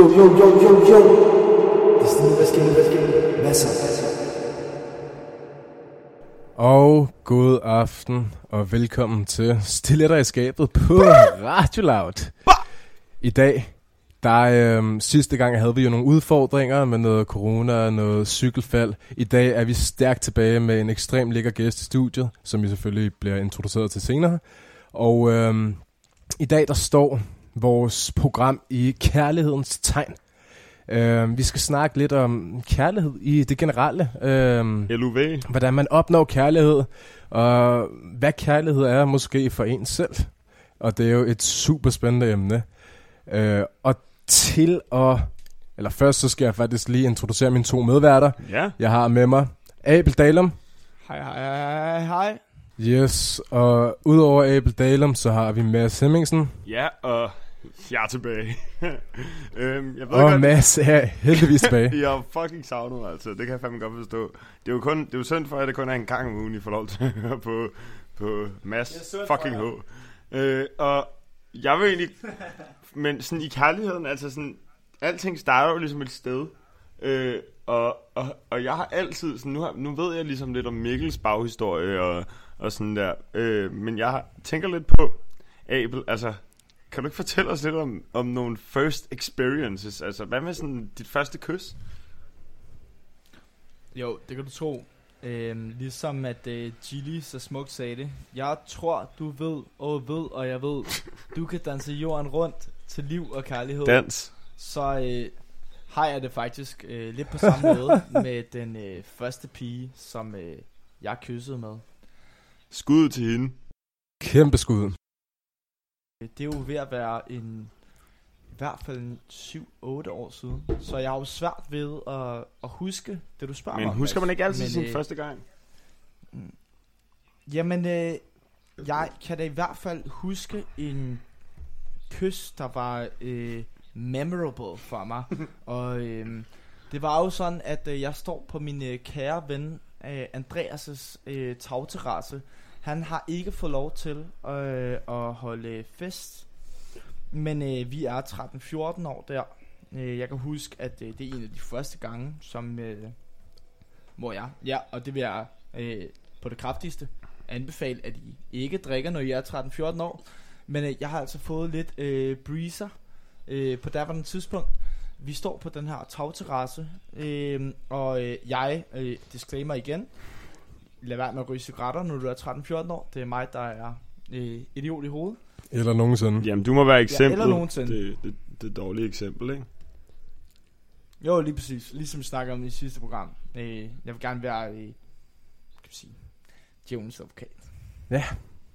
Yo. Det er Stine, hvad sker? Hvad så? Og god aften, og velkommen til Stiletter i skabet på Radio Loud. I dag, sidste gang havde vi jo nogle udfordringer med noget corona og noget cykelfald. I dag er vi stærkt tilbage med en ekstrem lækker gæst i studiet, som vi selvfølgelig bliver introduceret til senere. Og i dag der står vores program i kærlighedens tegn. Vi skal snakke lidt om kærlighed i det generelle. LUV. Hvordan man opnår kærlighed, og hvad kærlighed er måske for en selv. Og det er jo et super spændende emne. Først så skal jeg faktisk lige introducere mine to medværter. Ja. Jeg har med mig Abel Dalum. Hej. Yes, og udover Abel Dalum, så har vi Mads Hemmingsen. Ja, og jeg er tilbage. Jeg ved og godt, Mads er heldigvis tilbage. jeg er fucking savnet, altså. Det kan jeg fandme godt forstå. Det er jo synd for, at det kun er en gang om ugen, I får lov til at høre på Mads fucking H. Og jeg vil egentlig... Men sådan i kærligheden, altså sådan... Alting starter jo ligesom et sted. Og jeg har altid... Sådan, nu ved jeg ligesom lidt om Mikkels baghistorie og sådan der. Men jeg tænker lidt på Abel, altså... Kan du ikke fortælle os lidt om nogle first experiences? Altså, hvad med sådan dit første kys? Jo, det kan du tro. Ligesom at Gilly så smukt sagde det. Jeg tror, du ved, og jeg ved, du kan danse jorden rundt til liv og kærlighed. Dans. Så har jeg det faktisk lidt på samme måde med den første pige, som jeg kyssede med. Skud til hende. Kæmpe skud. Det er jo ved at være i hvert fald 7-8 år siden. Så jeg har jo svært ved at huske det, du spørger mig om. Men husker man ikke altid sin første gang? Jamen, jeg kan da i hvert fald huske en kys, der var memorable for mig. Og det var jo sådan, at jeg står på min kære ven Andreas' tagterrasse. Han har ikke fået lov til at holde fest, men vi er 13-14 år der. Jeg kan huske, at det er en af de første gange, hvor jeg, og det vil jeg på det kraftigste anbefale, at I ikke drikker, når I er 13-14 år. Men jeg har altså fået lidt breezer på derværende tidspunkt. Vi står på den her tagterrasse, og jeg, disclaimer igen, lad være med at ryge cigaretter, når du er 13-14 år. Det er mig, der er idiot i hovedet. Eller nogensinde. Jamen, du må være eksemplet. Ja, eller nogensinde. Det dårlige eksempel, ikke? Jo, lige præcis. Ligesom vi snakker om i sidste program. Jeg vil gerne være, kan vi sige, djævelens advokat. Ja.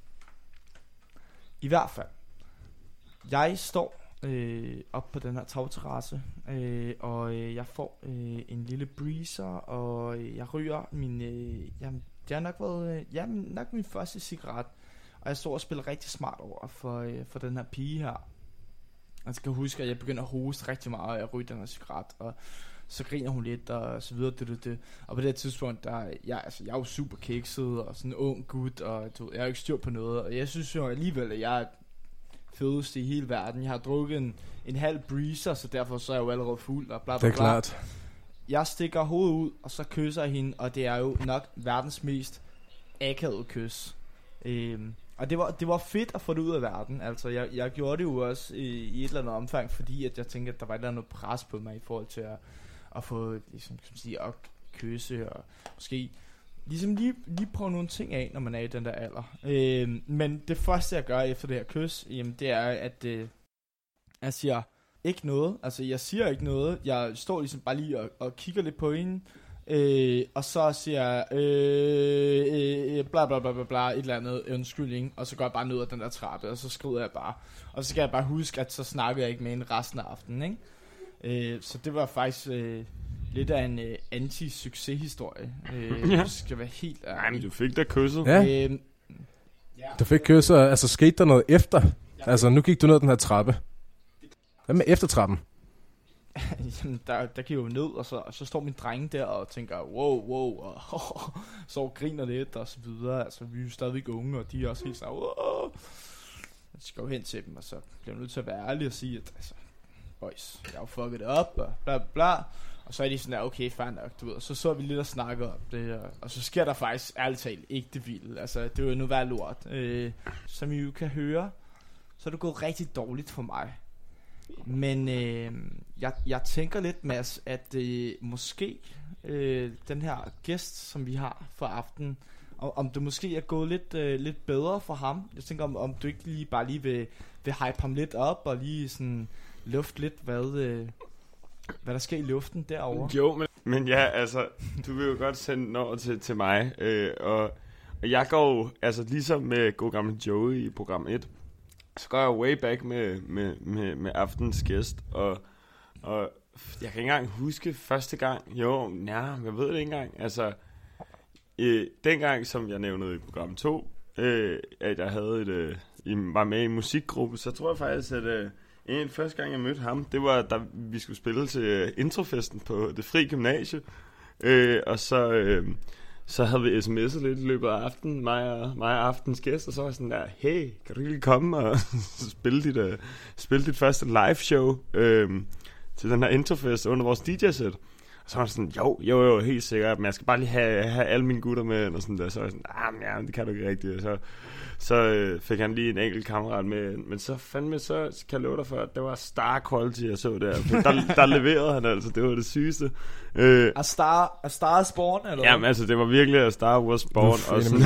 I hvert fald. Jeg står op på den her tagterrasse, og jeg får en lille breezer, og jeg ryger min, det har nok været, nok min første cigaret, og jeg står og spiller rigtig smart over for den her pige her. Jeg skal huske, at jeg begynder at hoste rigtig meget, og jeg ryger den her cigaret, og så griner hun lidt, og så videre, og på det tidspunkt, jeg er jo super kikset, og sådan en ung gut, og jeg har ikke styr på noget, og jeg synes jo alligevel, at jeg er fedeste i hele verden. Jeg har drukket en halv breezer, så derfor så er jeg jo allerede fuld og bla bla bla. Det er klart. Jeg stikker hovedet ud, og så kysser jeg hende, og det er jo nok verdens mest akavede kys. Og det var fedt at få det ud af verden. Altså, jeg gjorde det jo også i et eller andet omfang, fordi at jeg tænkte, at der var et eller andet pres på mig i forhold til at få, ligesom, kan man sige, at kysse, og måske ligesom lige prøve nogle ting af, når man er i den der alder. Men det første, jeg gør efter det her kys, jamen, det er, at jeg siger ikke noget. Altså, jeg siger ikke noget. Jeg står ligesom bare lige og kigger lidt på hende. Og så siger jeg bla bla bla bla bla, et eller andet undskyldning. Og så går jeg bare ned ad den der trappe, og så skrider jeg bare. Og så skal jeg bare huske, at så snakkede jeg ikke med hende resten af aftenen, ikke? Så det var faktisk lidt af en anti-succes-historie. Det skal være helt ærlig. Nej, men du fik da kysset. Ja. Du fik kysset, altså skete der noget efter? Ja. Altså, nu gik du ned ad den her trappe. Hvad med eftertrappen? Jamen, der gik jo ned, og så står min dreng der og tænker, wow, og så griner lidt, og så videre. Altså, vi er jo stadigvæk unge, og de er også helt sådan, wow. Jeg skal jo hen til dem, og så bliver jeg nødt til at være ærlig og sige, at altså, boys, jeg har fucket det op, og bla bla. Og så er de sådan der, okay, fair nok, du ved. Og så vi lidt og snakkede om det, og så sker der faktisk ærligt talt ikke det vilde. Altså, det vil jo nu være lort. Som I jo kan høre, så er det gået rigtig dårligt for mig. Men jeg tænker lidt, Mads, at måske den her gæst, som vi har for aftenen, om det måske er gået lidt bedre for ham. Jeg tænker, om du ikke bare vil hype ham lidt op, og lige sådan lufte lidt, hvad der sker i luften derovre. Jo, men ja, altså, du vil jo godt sende den over til mig, og jeg går jo, altså ligesom med god gamle Joey i program 1, så går jeg way back med aftens gæst, og jeg kan ikke engang huske første gang, jeg ved det ikke engang, altså, dengang, som jeg nævnede i program 2, at jeg havde var med i en musikgruppe, så tror jeg faktisk, at første gang jeg mødte ham, det var da vi skulle spille til introfesten på Det Fri Gymnasie, og så havde vi sms'et lidt i løbet af aftenen, mig og aftens gæst, og så var jeg sådan der, hey, kan du ikke komme og spille dit første live show til den her introfest under vores DJ-sæt? Og så var jeg sådan, jo, helt sikkert, men jeg skal bare lige have alle mine gutter med, og sådan der. Så var jeg sådan, ja, det kan du ikke rigtigt. Så fik han lige en enkelt kammerat med, men så fandme, så kan jeg love dig for, at det var star quality, jeg så der leverede han altså, det var det sygeste. A Star is Born, eller jamen altså, det var virkelig A Star Was Born.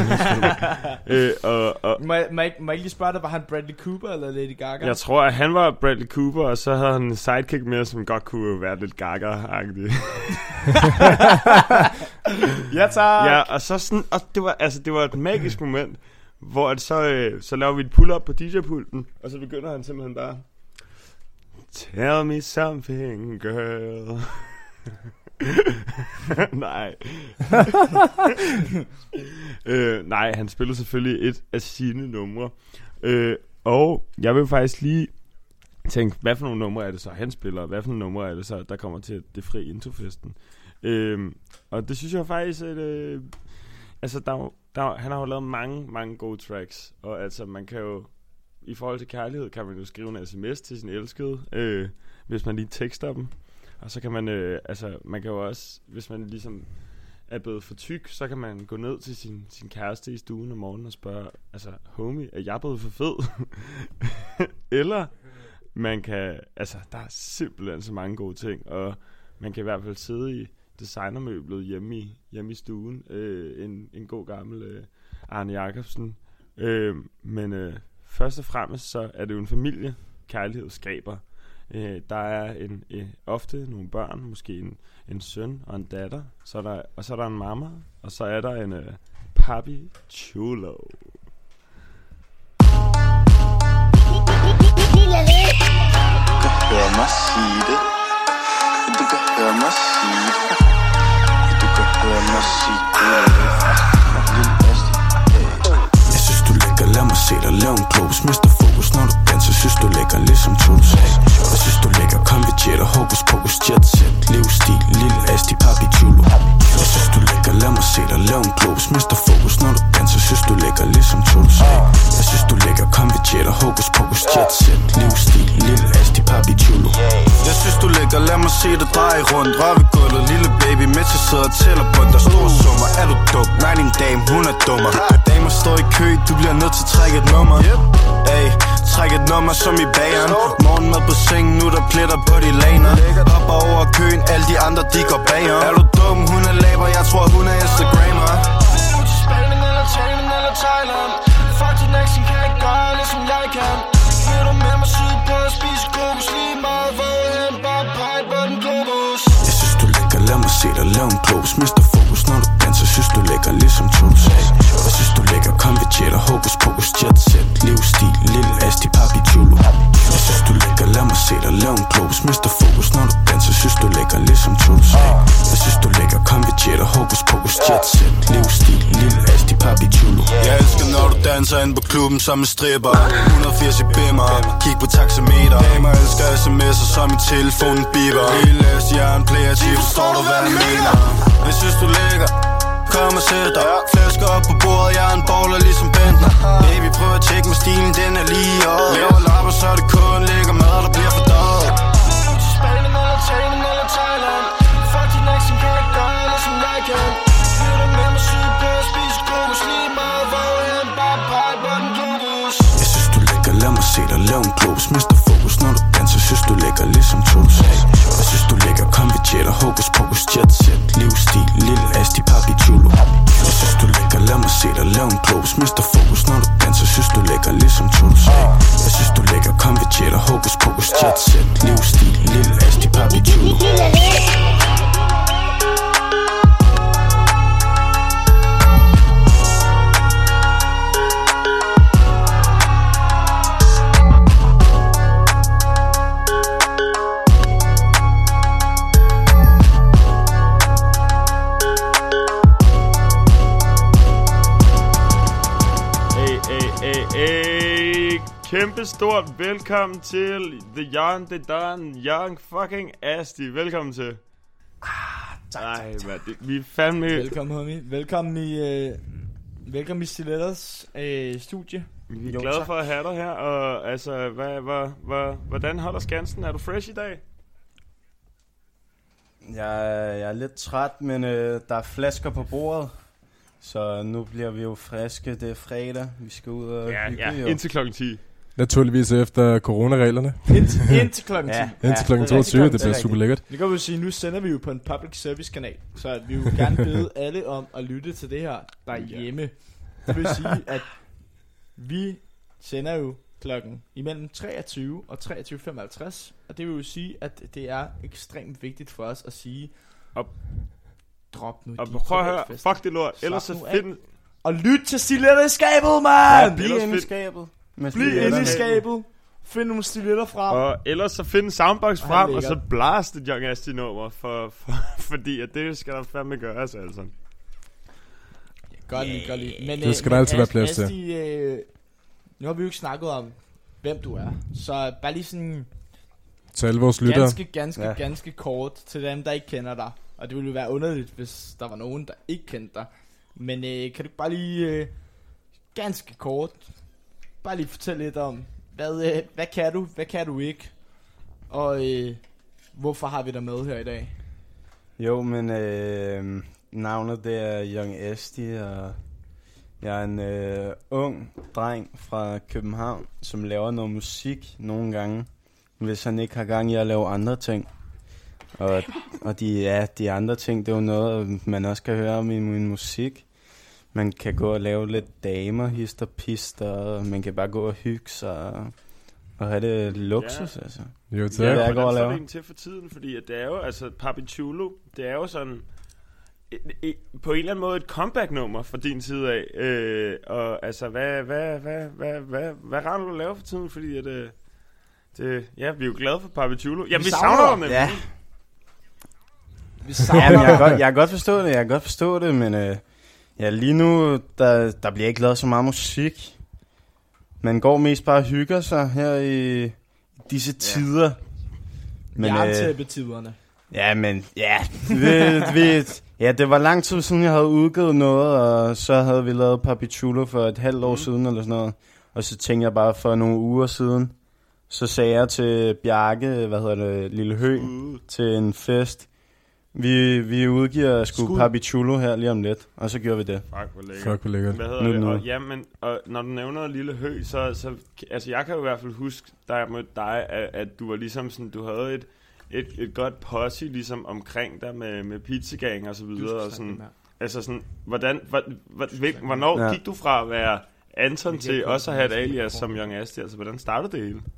Må jeg ikke lige spørge dig, var han Bradley Cooper eller Lady Gaga? Jeg tror, at han var Bradley Cooper, og så havde han en sidekick med, som godt kunne være lidt Gaga-agtig. Ja, tak! Ja, og så sådan, og det var et magisk moment, hvor så laver vi et pull-up på DJ-pulten, og så begynder han simpelthen bare, tell me something, girl. Nej. Nej, han spiller selvfølgelig et af sine numre. Og jeg vil faktisk lige tænke, hvad for nogle numre er det så, han spiller, og hvad for nogle numre er det så, der kommer til Det Fri Introfesten. Og det synes jeg faktisk, at altså, han har jo lavet mange gode tracks, og altså, man kan jo, i forhold til kærlighed, kan man jo skrive en sms til sin elskede, hvis man lige tekster dem. Og så kan man, man kan jo også, hvis man ligesom er blevet for tyk, så kan man gå ned til sin kæreste i stuen om morgenen og spørge, altså, homie, er jeg blevet for fed? Eller man kan, altså, der er simpelthen så mange gode ting, og man kan i hvert fald sidde i designermøblet hjemme i stuen, en god gammel Arne Jacobsen. Men først og fremmest, så er det jo en familie, kærlighed skaber. Der er ofte nogle børn, måske en søn og en datter, og så er der en mamma, og så er der en papi chulo. Du kan høre mig sige det. Du kan høre mig sige det. Du kan høre mig sige det. Jeg synes du lækker, lad mig se dig lave en globus. Mister fokus, når du danser, synes du lækker ligesom Tols. Jeg synes du lækker, kom vi jetter, hokus pokus, jet set, livsstil, lille asti, papi chulo. Jeg synes du lækker, lad mig se dig lave en globus. Mister fokus, når du danser, synes du lækker ligesom Tols. Jeg synes du lækker, kom vi jetter, hokus pokus, jet set, livsstil, lille asti, papi chulo. Jeg synes du lækker, lad mig se dig dreje rundt, rør ved gulvet, lille baby, mens jeg sidder og tæller på der store summer. Er du dum? Nej, din dame, hun er dummer. Damer står i kø, du bliver nødt til at trække et nummer. Ey, træk et nummer som i bageren. Morgenmad på sengen, nu der pletter på de laner. Hopper over køen, alle de andre de går bagom. Er du dum? Hun er laber, jeg tror hun er Instagrammer. Spanien eller Thailand eller Thailand. Fuck din ex, kan ikke gøre ligesom jeg kan. Vil du med mig sydpå og spise kokos lige meget, hvor hen bare pege på den globus. Jeg synes du lækker, lad mig se dig lave en globus. Mister fokus, når du danser, synes du lækker ligesom Tols. Jeg synes du lækker, kom vi jetter, hokus pokus, jet set, livsstil, lille asti, papi chulo. Jeg synes du lækker, lad mig se dig lave en globus. Mister fokus, når du danser, synes du lækker ligesom Tols. Jeg synes du lækker, kom vi jetter, hokus pokus, jet set, livsstil, lille asti, papi chulo. Jeg elsker når du danser ind på klubben som en stripper. 180 i bimmer, kig på taxameter. Damer elsker sms'er som i telefonen biber. Lille asti, jeg er en player, forstår du hvad jeg mener? Jeg synes du lækker, kom og sæt dig. Flasker op på bordet, jeg er en baller ligesom Bentner. Baby, prøv at tjekke med stilen, den er lige i øjet. Laver lapper, så er det kun lækker mad, der bliver fordøjet. globus, mister fokus, når du danser. Synes du lækker ligesom Toes, hey. Jeg synes du lækker, kom vi jetter, hokus pokus, jet set, livsstil, lille asti, papi chulo. Jeg synes du lækker, lad mig se dig, lav en globus, mister fokus, når du danser. Synes du lækker ligesom Toes, hey. Jeg synes du lækker, kom vi jetter, hokus pokus, jet set, livsstil, lille asti, papi chulo. Kæmpe stort velkommen til The Young, The Don, Young fucking Asti. Velkommen til. Tak. Vi er fandme... Velkommen, homie. Velkommen i Stiletters studie. Vi er glade for at have dig her. Og altså, hvordan holder Skansen? Er du fresh i dag? Jeg er lidt træt, men der er flasker på bordet. Så nu bliver vi jo friske. Det er fredag. Vi skal ud og hygge. Ja, indtil klokken 10. Naturligvis efter coronareglerne. Indtil klokken 10. Indtil klokken 22, det bliver super lækkert. Det kan vi sige, nu sender vi jo på en public service kanal, så vi vil gerne bede alle om at lytte til det her derhjemme. Det vil sige, at vi sender jo klokken imellem 23 og 23.55, og det vil jo sige, at det er ekstremt vigtigt for os at sige, drop nu. Og prøv at høre, fuck det lort, ellers så find... Og lyt til Stiletter i skabet, man! Ja, bliv inde i skabet. Bliv inde i skabet. Find nogle stiletter frem. Og ellers så find en soundbox frem, og så blast et Young Asti nummer, fordi at det skal der fandme gøres, altså. Godt lige. Men, det skal der altid være plads til. Nu har vi jo ikke snakket om, hvem du er. Så bare lige sådan... Til alle vores lyttere. Ganske kort til dem, der ikke kender dig. Og det ville jo være underligt, hvis der var nogen, der ikke kendte dig. Men kan du bare lige ganske kort... Bare lige fortælle lidt om, hvad kan du, hvad kan du ikke, og hvorfor har vi dig med her i dag? Jo, men navnet det er Young Asti, og jeg er en ung dreng fra København, som laver noget musik nogle gange, hvis han ikke har gang i at lave andre ting. Og de andre ting, det er jo noget, man også kan høre om i min musik. Man kan gå og lave lidt damer, hister, pister, og man kan bare gå og hygge sig og have det luksus, altså. Jo, tak. Ja, hvordan får det egentlig til for tiden? Fordi at det er jo, altså, Papi Chulo, det er jo sådan, på en eller anden måde et comeback-nummer fra din side af. Og altså, hvad render du at lave for tiden? Fordi at, ja, vi er jo glade for Papi Chulo. Ja, vi savner dem. Ja. Jeg kan godt forstå det, men... Ja, lige nu, der bliver ikke lavet så meget musik. Man går mest bare og hygger sig her i disse tider. Jerntæppetiderne. Ja, men det var lang tid siden, jeg havde udgivet noget, og så havde vi lavet Papi Chulo for et halvt år siden eller sådan noget. Og så tænkte jeg bare for nogle uger siden, så sagde jeg til Bjarke, Lille Hø, til en fest. Vi udgiver sgu Papi Chulo her lige om lidt, og så gjorde vi det. Fuck, hvor lækkert. Hvad hedder det? Og, jamen, og når du nævner Lille Hø, så altså jeg kan jo i hvert fald huske, da jeg mødte dig, at du var ligesom sådan, du havde et godt posse ligesom omkring dig med pizzagang og så videre og sådan. Altså sådan, hvornår gik du fra at være Anton til også at have et alias som Young Asti? Altså hvordan startede det hele?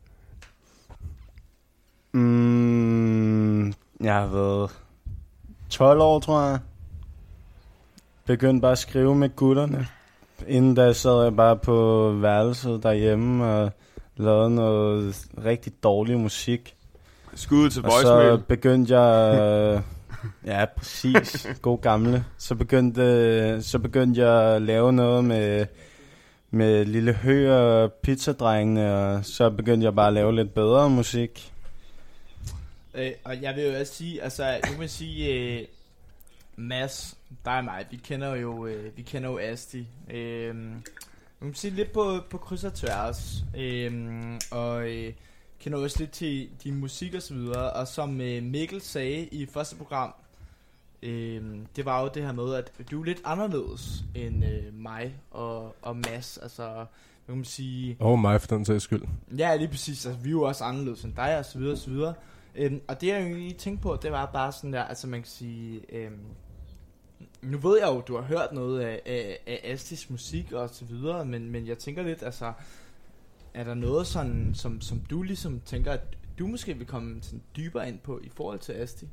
Jeg har været 12 år, tror jeg. Begyndte bare at skrive med gutterne. Inden da sad jeg bare på værelset derhjemme og lavede noget rigtig dårlig musik. Skud til voicemail. Og så begyndte jeg... ja, præcis. God gamle. Så begyndte jeg at lave noget med Lille Hø og pizzadrengene, og så begyndte jeg bare at lave lidt bedre musik. Og jeg vil jo også sige, altså nu vil sige, Mads, dig og mig, vi kender jo Asti. Nu vil sige lidt på kryds og tværs, og kender også lidt til din musik og så videre. Og som Mikkel sagde i første program, det var jo det her med, at du er lidt anderledes end mig og Mads. Altså, hvad kan man sige... Og mig for den sags skyld. Ja, lige præcis. Altså, vi er jo også anderledes end dig, og så videre, og så videre. Og det, jeg jo lige tænkte på, det var bare sådan der, altså man kan sige... nu ved jeg jo, du har hørt noget af Astis musik og så videre, men jeg tænker lidt, altså... Er der noget sådan, som du ligesom tænker, at du måske vil komme sådan dybere ind på i forhold til Asti?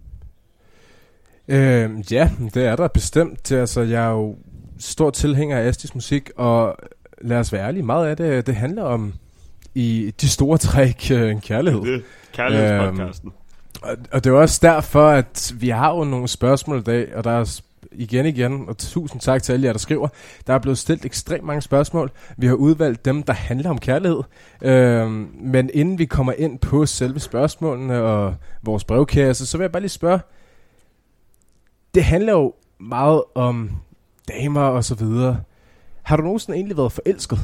Ja, det er der bestemt. Altså, jeg er jo stor tilhænger af Astis musik, og lad os være ærlige, meget af det handler om i de store træk kærlighed. Det er kærlighedspodcasten. Og det er også derfor, at vi har jo nogle spørgsmål i dag, og der er igen, og tusind tak til alle jer, der skriver. Der er blevet stillet ekstremt mange spørgsmål. Vi har udvalgt dem, der handler om kærlighed. Men inden vi kommer ind på selve spørgsmålene og vores brevkasse, så vil jeg bare lige spørge. Det handler jo meget om damer og så videre. Har du nogensinde egentlig været forelsket?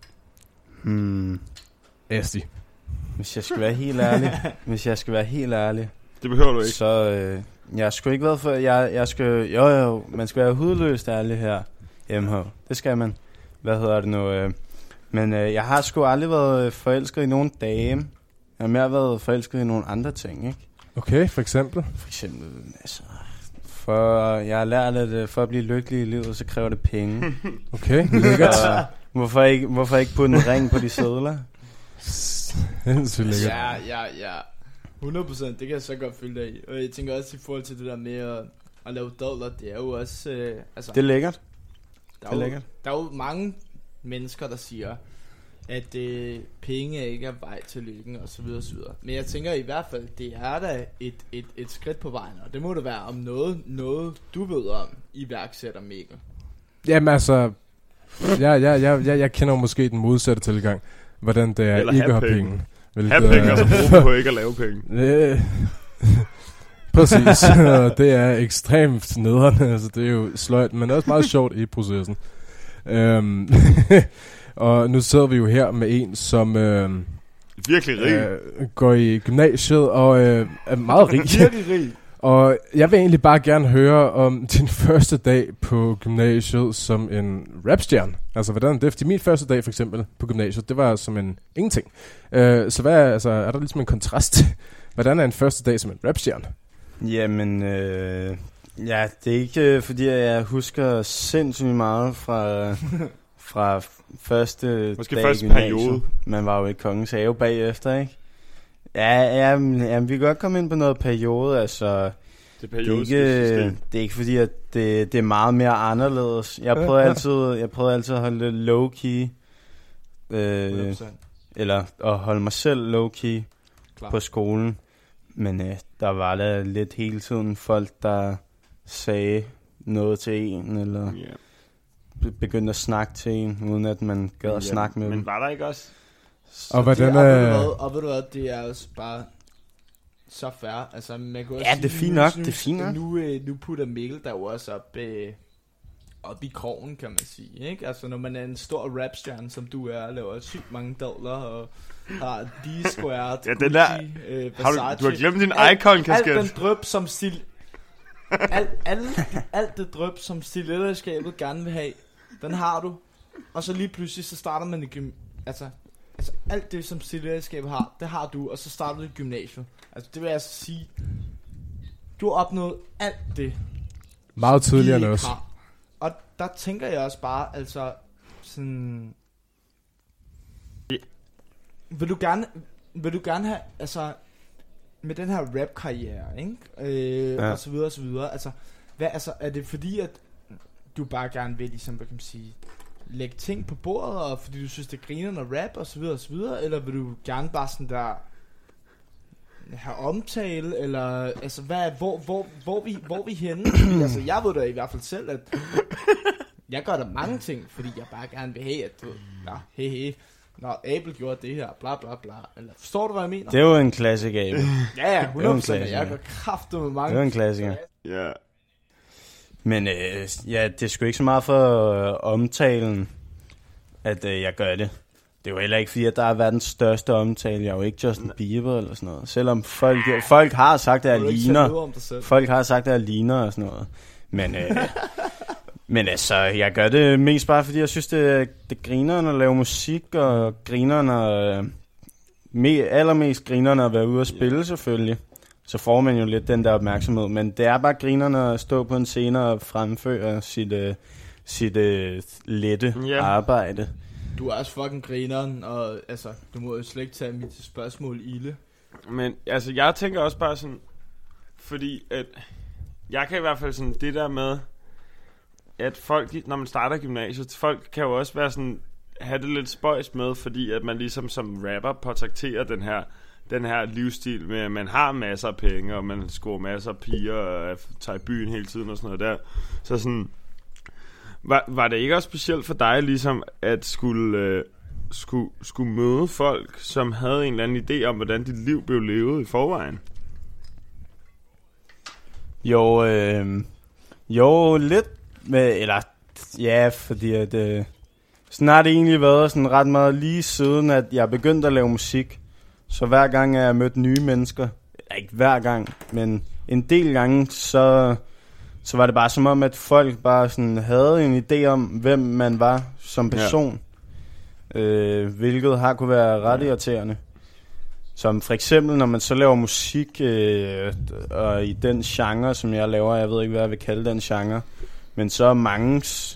Asti. Hvis jeg skal være helt ærlig, Det behøver du ikke. så jeg skulle ikke været for... Jeg skal, jo, man skal være hudløst ærlig her. MH. Det skal man. Hvad hedder det nu? Men jeg har sgu aldrig været forelsket i nogen dame. Jeg har mere været forelsket i nogle andre ting, ikke? Okay, for eksempel? For eksempel, altså... Jeg har lært, at for at blive lykkelig i livet, så kræver det penge. Okay, lækkert. Så, hvorfor ikke putte en ring på de sædler? Sindssygt lækkert. Ja. 100%, det kan jeg så godt følge dig i. Og jeg tænker også i forhold til det der med at lave dollar, det er jo også... altså, Det er lækkert. der er jo mange mennesker, der siger, at penge ikke er vej til lykken, og så videre, og så videre. Men jeg tænker i hvert fald, det er da et skridt på vejen, og det må det være om noget du ved om iværksætter, Mikkel. Jamen altså, jeg kender måske den modsatte tilgang. Hvordan det er Eller ikke at have have penge. Have penge, og så bruge dem på ikke at lave penge. Præcis. Det er ekstremt nederen. Altså, det er jo sløjt, men også meget sjovt i processen. Og nu sidder vi jo her med en, som Virkelig rig. går i gymnasiet og er meget rig. Virkelig rig. Og jeg vil egentlig bare gerne høre om din første dag på gymnasiet som en rapstjerne. Altså, hvordan er det? Fordi min første dag, for eksempel, på gymnasiet, det var som en ingenting. Så hvad er, altså, er der ligesom en kontrast? Hvordan er en første dag som en rapstjerne? Jamen, ja, det er ikke fordi, jeg husker sindssygt meget fra første Måske dag første i gymnasiet. periode. Man var jo i Kongens Have bagefter, ikke? Ja, vi kan godt komme ind på noget periode, altså... Det Det er ikke fordi, at det er meget mere anderledes. Jeg prøvede altid at holde det low-key. Eller at holde mig selv low-key på skolen. Men der var der lidt hele tiden folk, der sagde noget til en, eller begyndte at snakke til en, uden at man gad at snakke med dem. Men var der ikke også? Og hvordan Og ved du hvad, det er også bare så fair. Altså, man kan også Ja, det er fint nok, det er fint nok. Nu putter Mikkel der jo også op i krogen, kan man sige, ikke? Altså, når man er en stor rapstjerne, som du er, og laver sygt mange dollar, og har D-squared, Ja, den der... Versace. Du har glemt din icon-kasket. Alt den drøb, som alt det drøb, som stiletterskabet gerne vil have, den har du. Og så lige pludselig, så starter man i altså alt det, som stiletterskabet har, det har du, og så starter du i gymnasiet. Altså, det vil jeg altså sige, du har opnået alt det. meget tidligere end os. Og der tænker jeg også bare, altså, sådan... Vil du gerne have, altså, med den her rap-karriere, ikke? Ja. Og så videre, og så videre. Altså, altså, er det fordi, at du bare gerne vil, ligesom, hvad kan man sige, lægge ting på bordet, og fordi du synes, det griner når rap, og så videre, eller vil du gerne bare sådan der have omtale, eller altså hvor vi henne? Fordi, altså, jeg ved da i hvert fald selv, at jeg gør der mange ting, fordi jeg bare gerne vil have, at du, når Abel gjorde det her, bla bla bla, eller forstår du, hvad jeg mener? Det er jo en klassiker, Abel. Ja, 100%, klassiker. jeg går kraftigt med mange. Det er jo en klassiker. Ja. Men ja, det er sgu ikke så meget for omtalen, at jeg gør det. Det er jo heller ikke, fordi at der har været den største omtale. Jeg er jo ikke Justin Bieber eller sådan noget. Selvom folk har sagt, at jeg ligner. Folk har sagt, at jeg ligner og sådan noget. Men altså, jeg gør det mest bare, fordi jeg synes, det griner at lave musik, og griner allermest griner at være ude og spille selvfølgelig. Så får man jo lidt den der opmærksomhed. Men det er bare griner at stå på en scene og fremføre sit lette arbejde. Du er også fucking grineren, og altså, du må jo slet ikke tage mit spørgsmål ilde. Men altså, jeg tænker også bare sådan, fordi at jeg kan i hvert fald sådan det der med, at folk, når man starter gymnasiet, folk kan jo også være sådan, have det lidt spøjs med, fordi at man ligesom som rapper portrætterer den her livsstil med, at man har masser af penge, og man scorer masser af piger, og tager i byen hele tiden og sådan noget der. Så sådan, var det ikke også specielt for dig ligesom, at skulle møde folk, som havde en eller anden idé om, hvordan dit liv blev levet i forvejen? Jo, lidt med, eller ja, fordi at sådan har det egentlig været sådan ret meget lige siden, at jeg begyndte at lave musik. Så hver gang jeg mødte nye mennesker, ikke hver gang, men en del gange, så var det bare som om, at folk bare sådan havde en idé om, hvem man var som person. Ja. Hvilket har kunne være ret irriterende. Som for eksempel, når man så laver musik, og i den genre, som jeg laver, jeg ved ikke, hvad jeg vil kalde den genre, men så er mangens...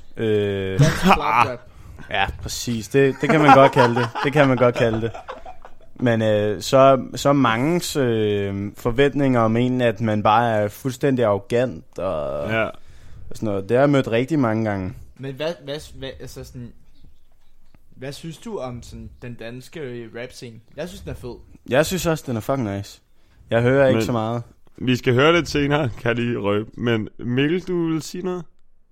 ja, præcis. Det kan man godt kalde det. Det kan man godt kalde det. Men så mangens forventninger om en, at man bare er fuldstændig arrogant og sådan noget. Det har jeg mødt rigtig mange gange. Men hvad synes du om sådan den danske rap-scene? Jeg synes, den er fed. Jeg synes også, den er fucking nice. Jeg hører ikke så meget. Vi skal høre lidt senere, kan de røbe. Men Mikkel, du vil sige noget?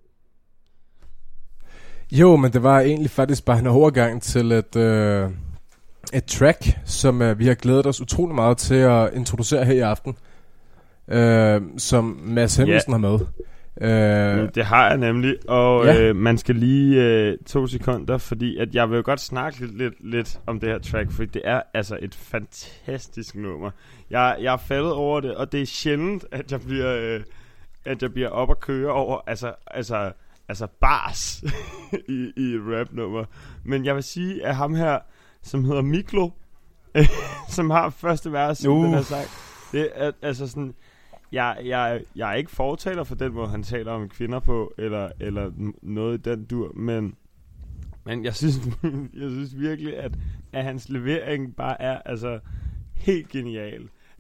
Jo, men det var egentlig faktisk bare en overgang til et track, som vi har glædet os utrolig meget til at introducere her i aften, som Mads Henningsen har med. Det har jeg nemlig, og man skal lige 2 sekunder, fordi at jeg vil jo godt snakke lidt om det her track, fordi det er altså et fantastisk nummer. Jeg er faldet over det, og det er sjældent, at jeg bliver op at køre over, altså bars i et rap-nummer. Men jeg vil sige, at ham her, som hedder Miklo, som har første vers i den her sang, det er altså sådan, jeg er ikke fortaler for den måde, han taler om kvinder på, eller noget i den dur, men jeg synes virkelig, at hans levering bare er altså helt genial.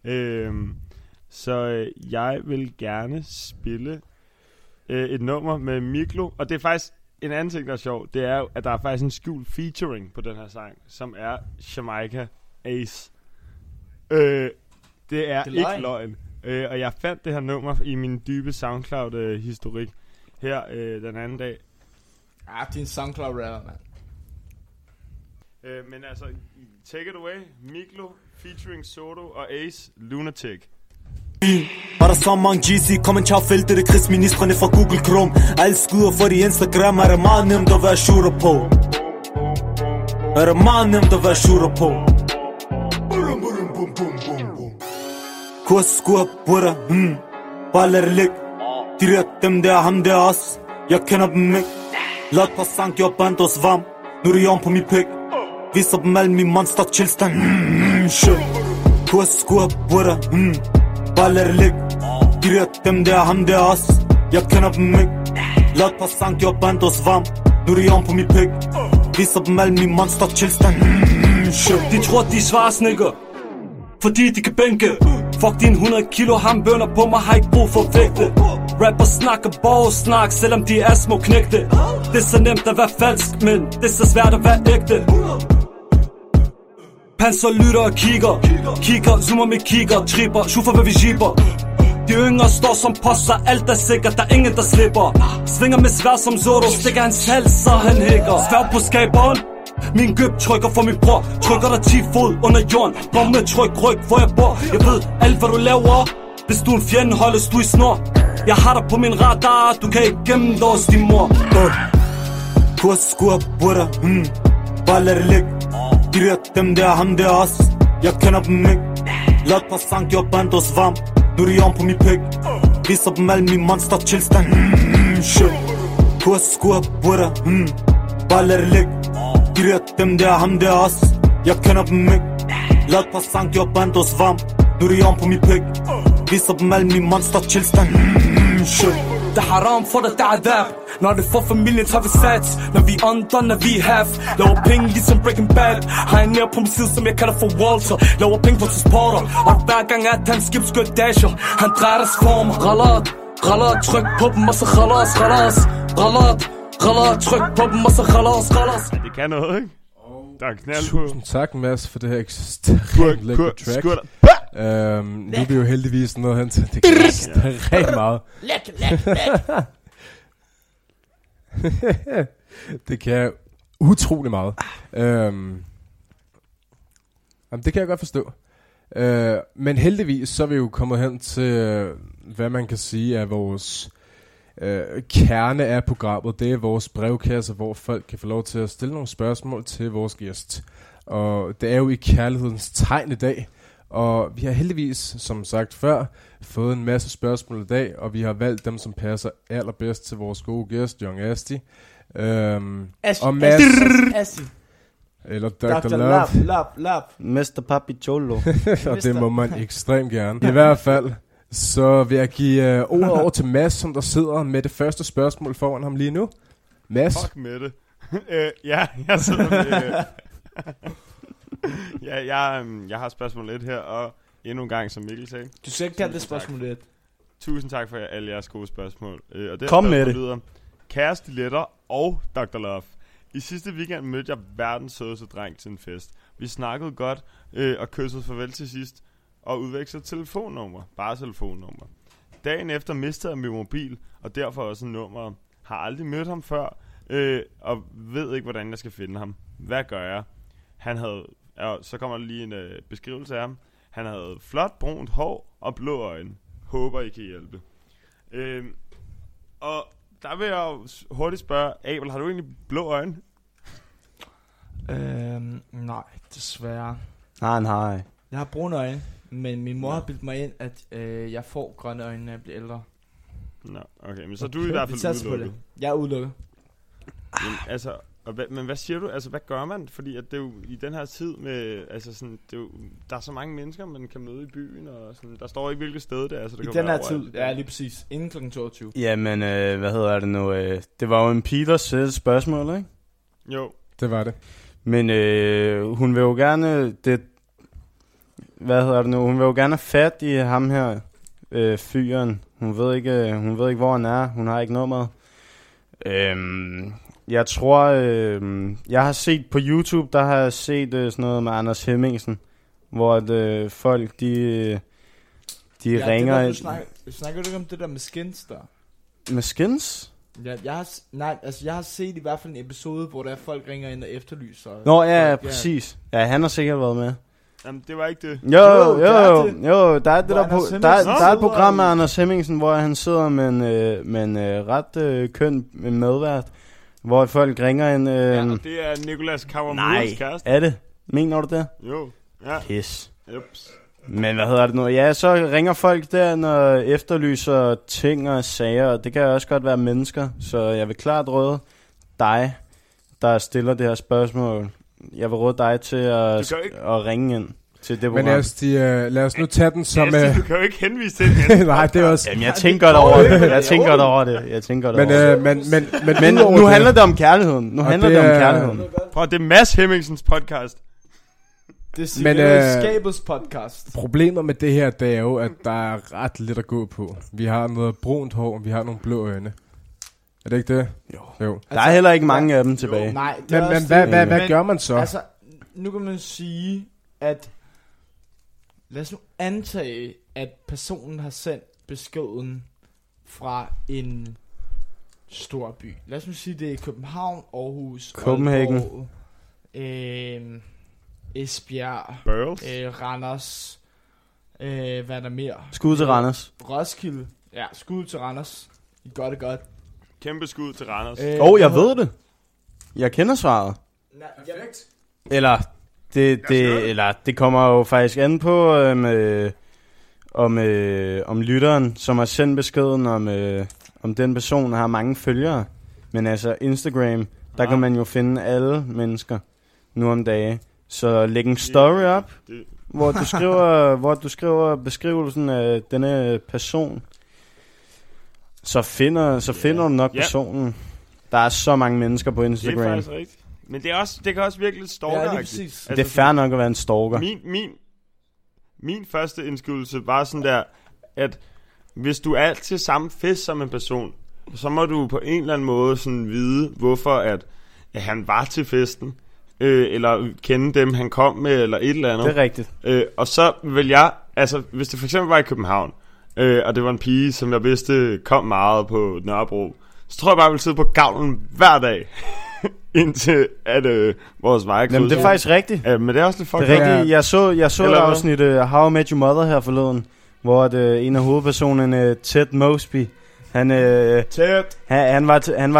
Så jeg vil gerne spille et nummer med Miklo, og det er faktisk en anden ting, der er sjov, det er jo, at der er faktisk en skjult featuring på den her sang, som er Jamaica Ace. Det er ikke løgn. Og jeg fandt det her nummer i min dybe SoundCloud-historik her den anden dag. Det er en SoundCloud-rapper, mand. Men altså, take it away. Miklo featuring Soto og Ace, Lunatic. Var der så mange GC, kommentarfeltet, det krigsministrene fra Google Chrome. Alle skyder for de Instagram, er det meget nemt at være shooter på. Er det meget nemt at være shooter på. Kurs, skur, burra, bare lad det ligge. De der, dem der, ham der også. Jeg kender dem ikke. Lad på sang, jeg bandt os varm. Nu er de om på min pik. Viser dem alle min monster tilstand. Shit. Kurs, skur, burra, bare lad det ligge. De der, dem der, ham der også. Jeg kender dem ikke. Lad på sang, jeg bandt os varm. Nu er de om på min pik. Viser dem alle min monster tilstand. Shit. De tror, de er svarsnikker, fordi de kan bænke. Fuck din 100 kilo hambønner på mig, har ikke brug for vægte. Rapper snakker borgsnak, selvom de er små knægte. Det er så nemt at være falsk, men det er så svært at være ægte. Panser lytter og kigger, zoomer med kigger, tripper, schufer hvad vi jibber. De yngre står som posser, alt er sikkert, der er ingen der slipper. Svinger med svær som Zoro, stikker hans hals, så han hækker. Sværg på skaberen, min gøb trykker for min bror. Trykker der 10 fod under jorden. Bomme tryk ryg, hvor jeg bor. Jeg ved alt hvad du laver. Hvis du er en fjende, holdes du i snor. Jeg har dig på min radar, du kan ikke gemme dig hos din mor. Kurs, skur, burra, bare lad det ligge. De der, dem der, ham der også. Jeg kender dem ikke. Lot på sang, jeg bandt os varm. Nu er de om på min pik. Viser dem al min monster tilstand. Shit. Kurs, skur, burda. Bare lad det ligge. De der, dem der, ham der også. Jeg kender dem ikke. Lot på sang, jeg bandt os varm. Nu er de om på min pik. Viser dem al min monster tilstand. Shit. Det er haram for dig, der er adab. Når det for familien tager vi sats. Når vi under, når vi half. Laver penge ligesom Breaking Bad. Har en nær på min side, som jeg kalder for Walter. Laver penge på transporter. Og hver gang at han skibskyld dasher. Han drejer deres former. Ralat, tryk på dem, og så khalas. Ralat, tryk på dem, og så khalas. Det kan noget, ikke? Der er knald på. Tusind tak, Mads, for det her ekstremt lækre track. Nu er vi jo heldigvis nået hen til. Det kan ekstremt meget. Det kan utrolig meget. Det kan jeg godt forstå. Men heldigvis så er vi jo kommet hen til, hvad man kan sige er vores kerne af programmet. Det er vores brevkasse, hvor folk kan få lov til at stille nogle spørgsmål til vores gæst. Og det er jo i kærlighedens tegn i dag. Og vi har heldigvis, som sagt før, fået en masse spørgsmål i dag, og vi har valgt dem, som passer allerbedst til vores gode gæst, Young Asti. Og Mads, eller Dr. Love. Mr. Papi Cholo. Og det må man ekstremt gerne. I hvert fald, så vil jeg give ordet over til Mads, som der sidder med det første spørgsmål foran ham lige nu. Mads? Fuck med det. Ja, jeg sidder med... jeg har spørgsmål 1 her, og endnu en gang, som Mikkel sagde. Du skal ikke kalde det spørgsmål 1. Tusind tak for alle jeres gode spørgsmål. Og det kom med det. Lyder, kære stiletter og Dr. Love. I sidste weekend mødte jeg verdens sødeste dreng til en fest. Vi snakkede godt og kyssede farvel til sidst, og udvekslede telefonnummer. Bare telefonnummer. Dagen efter mistede jeg min mobil, og derfor også nummeret. Har aldrig mødt ham før, og ved ikke, hvordan jeg skal finde ham. Hvad gør jeg? Han havde, så kommer der lige en beskrivelse af ham. Han havde flot, brunt hår og blå øjne. Håber, I kan hjælpe. Og der vil jeg hurtigt spørge, Abel, har du egentlig blå øjne? Nej, desværre. Nej. Jeg har brune øjne, men min mor har bildt mig ind, at jeg får grønne øjne, når jeg bliver ældre. Nå, okay, men så er du i hvert fald udelukket. Jeg er udelukket. Men, altså, men hvad siger du? Altså, hvad gør man? Fordi at det er jo i den her tid med, altså sådan, det er jo, der er så mange mennesker, man kan møde i byen, og sådan, der står ikke hvilket sted det er. Så det I kan den her tid, ja, lige præcis. Inden kl. 22. Jamen, hvad hedder det nu? Det var jo en Peters spørgsmål, ikke? Jo. Det var det. Men hun vil jo gerne, hun vil jo gerne have fat i ham her, fyren. Hun ved ikke, hvor han er. Hun har ikke nummeret. Jeg tror, jeg har set på YouTube, der har jeg set sådan noget med Anders Hemmingsen, hvor folk, de ringer... Ja, snakker du ikke om det der med skins der? Med skins? Ja, jeg har set i hvert fald en episode, hvor der er folk ringer ind og efterlyser. Nå ja, præcis. Ja, han har sikkert været med. Jamen, det var ikke det. Jo, der er det der er et program med Anders Hemmingsen, hvor han sidder med en ret køn medvært, hvor folk ringer ind... Ja, og det er Nicolas Kawamura's kæreste. Er det? Mener du det? Jo, ja. Pis. Ups. Men hvad hedder det nu? Ja, så ringer folk der, når efterlyser ting og sager, og det kan også godt være mennesker, så jeg vil klart råde dig, der stiller det her spørgsmål. Jeg vil råde dig til at ringe ind til det program. Men lad os nu tage den som... Du kan jo ikke henvise til den. Nej, det er også... Jamen, jeg tænker godt over det. Men nu handler det om kærligheden. Prøv, det er Mads Hemmingsens podcast. Det er Skabets podcast. Problemet med det her, det er jo, at der er ret lidt at gå på. Vi har noget brunt hår, og vi har nogle blå øjne. Er det ikke det? Jo. Der er heller ikke mange af dem tilbage. Nej, men hvad gør man så? Altså, nu kan man sige, at lad os nu antage, at personen har sendt beskeden fra en stor by. Lad os nu sige, det er København, Aarhus, Copenhagen, Aalborg, Esbjerg, Randers, hvad er der mere? Skud til Randers. Roskilde. Ja, skud til Randers. I gør det godt. Kæmpe skud til Randers. Jeg ved det. Jeg kender svaret. Perfekt. Eller, Det kommer jo faktisk an på, om lytteren, som har sendt beskeden, om den person har mange følgere. Men altså Instagram, der kan man jo finde alle mennesker nu om dagen. Så læg en story op, hvor du skriver beskrivelsen af denne person. Så finder du nok personen. Der er så mange mennesker på Instagram. Det er faktisk rigtigt. Men det kan også virke lidt stalkeragtigt. Ja, altså, det er fair nok at være en stalker. Min første indskydelse var sådan der, at hvis du er til samme fest som en person, så må du på en eller anden måde sådan vide, hvorfor at han var til festen, eller kende dem, han kom med, eller et eller andet. Det er rigtigt. Og så vil jeg, altså hvis det for eksempel var i København, og det var en pige, som jeg vidste kom meget på Nørrebro, så tror jeg bare, jeg ville sidde på gavlen hver dag, indtil at vores veje krydser. Jamen det er faktisk rigtigt. Men det er også lidt fucking. Det er rigtigt. Jeg så et afsnit How I Met Your Mother her forleden, hvor en af hovedpersonerne, Ted Mosby, han var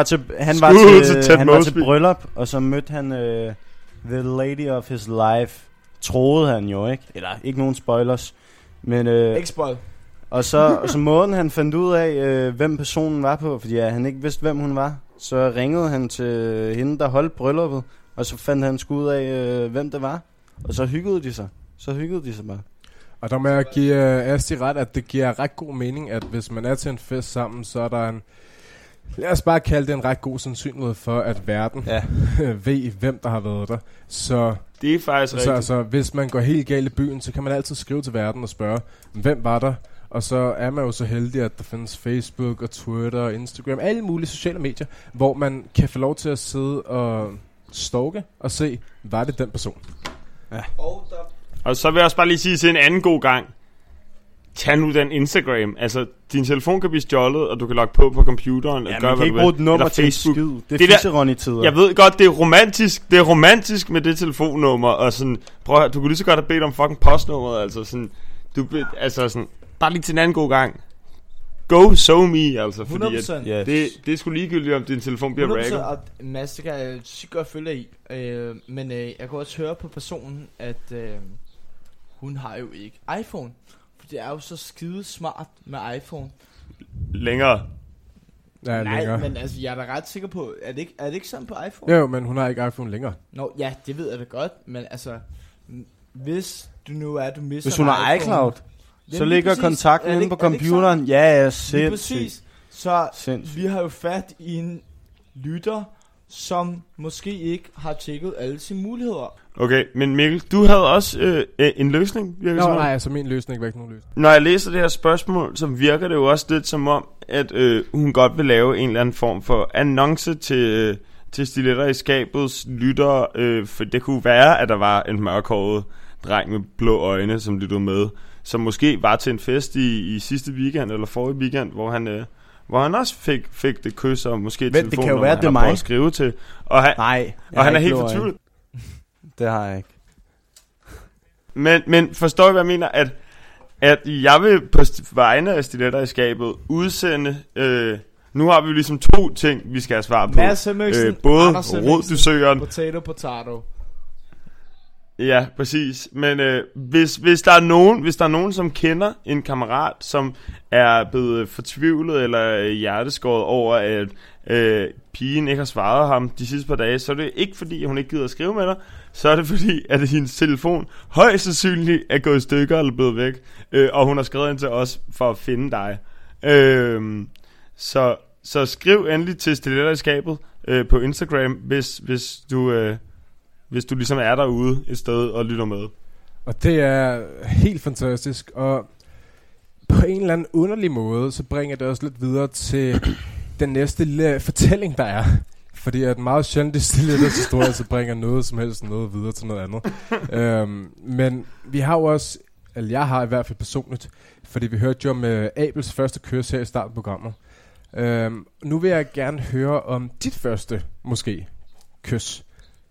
til bryllup, og så mødte han the lady of his life. Troede han jo, ikke? Eller ikke nogen spoilers. Men ikke spoil. Og så måden han fandt ud af hvem personen var på, fordi han ikke vidste hvem hun var, så ringede han til hende der holdt brylluppet, og så fandt han sgu ud af hvem det var, og så hyggede de sig. Bare. Og der må jeg give Asti ret, at det giver ret god mening, at hvis man er til en fest sammen, så er der en, lad os bare kalde det en ret god sandsynlighed for, at verden ved, hvem der har været der. Så det er faktisk rigtigt. Altså, hvis man går helt galt i byen, så kan man altid skrive til verden og spørge, hvem var der? Og så er man jo så heldig, at der findes Facebook og Twitter og Instagram, alle mulige sociale medier, hvor man kan få lov til at sidde og stalke og se, var det den person? Ja. Og så vil jeg også bare lige sige til en anden god gang, tag nu den Instagram. Altså, din telefon kan blive stjålet, og du kan logge på computeren. Ja, man kan ikke bruge et nummer til Facebook. Det er fisseron-i-tider. Jeg ved godt, det er romantisk med det telefonnummer, og sådan, prøv at høre, du kunne lige så godt have bedt om fucking postnummeret, altså sådan, bare lige til en anden god gang. Go show me, altså, fordi at det er sgu ligegyldigt, om din telefon bliver ragget. 100%, og Mads, det kan jeg godt følge i. Men jeg kan også høre på personen, at hun har jo ikke iPhone. For det er jo så skide smart med iPhone. Længere. Ja, nej, længere. men altså, jeg er da ret sikker på, er det ikke sådan på iPhone? Jo, men hun har ikke iPhone længere. Nå, ja, det ved jeg da godt, men altså, hvis du nu er, du misser hvis hun har iCloud, så ligger kontakten inde på computeren. Ja, sindssygt. Præcis. Så vi har jo fat i en lytter, som måske ikke har tjekket alle sine muligheder. Okay, men Mikkel, du havde også en løsning. Nej, altså min løsning var ikke nogen løsning. Når jeg læser det her spørgsmål, så virker det jo også lidt som om, at hun godt vil lave en eller anden form for annonce til Stiletter i skabets lyttere. For det kunne være, at der var en mørkhåret dreng med blå øjne, som lyttede med, som måske var til en fest i sidste weekend eller forrige weekend, hvor han også fik det kys og måske et telefonnummer, han har på at skrive til. Og han er helt fortvivlet. Det har jeg ikke. Men forstår I, hvad jeg mener? At jeg vil på vegne af Stiletter i skabet udsende... nu har vi jo ligesom 2 ting, vi skal have svar på. Både roddusøren... Potato. Ja, præcis. Men hvis der er nogen, som kender en kammerat, som er blevet fortvivlet eller hjerteskåret over, at pigen ikke har svaret ham de sidste par dage, så er det ikke fordi, hun ikke gider at skrive med dig. Så er det fordi, at hendes telefon højst sandsynligt er gået i stykker eller blevet væk. Og hun har skrevet ind til os for at finde dig. Så skriv endelig til Stiletter i skabet på Instagram, hvis du ligesom er derude et sted og lytter med. Og det er helt fantastisk. Og på en eller anden underlig måde, så bringer det også lidt videre til den næste lille fortælling, der er. Fordi at meget sjældent i Stiletters historie, så bringer noget som helst noget videre til noget andet. Men vi har jo også, eller jeg har i hvert fald personligt, fordi vi hørte jo om Abels første kys her i starten af programmet. Nu vil jeg gerne høre om dit første, måske, kys.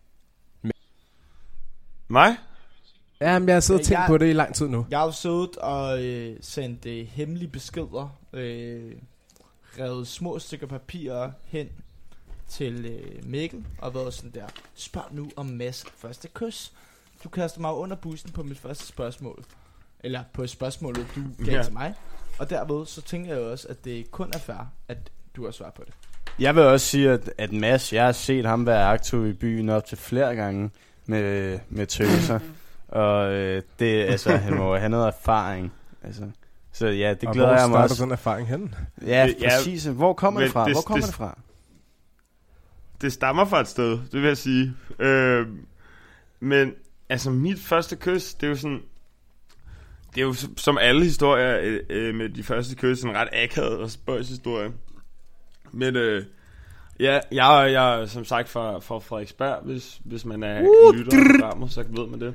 Mig? Ja, men jeg har siddet og tænkt på det i lang tid nu. Jeg har jo siddet og sendt hemmelige beskeder, revet små stykker papir hen til Mikkel, og været sådan der, spørg nu om Mads første kys. du kaster mig under bussen på mit første spørgsmål. Eller på spørgsmålet, du gav til mig. Og derved, så tænker jeg også, at det kun er fair, at du har svar på det. Jeg vil også sige, at Mads, jeg har set ham være aktiv i byen op til flere gange med tøser. Og det, altså, han må have noget erfaring. Altså. Så ja, det glæder jeg mig også. Hvor starter den erfaring hen? Ja, præcis. Hvor kommer det fra? Hvor kommer det fra? Det stammer fra et sted, det vil jeg sige. Men altså, mit første kys, det er jo sådan... Det er jo som alle historier med de første kys, en ret akavet og spøjshistorie. Men ja, jeg er som sagt fra Frederiksberg, hvis man er lytter af programmet, så ved man det.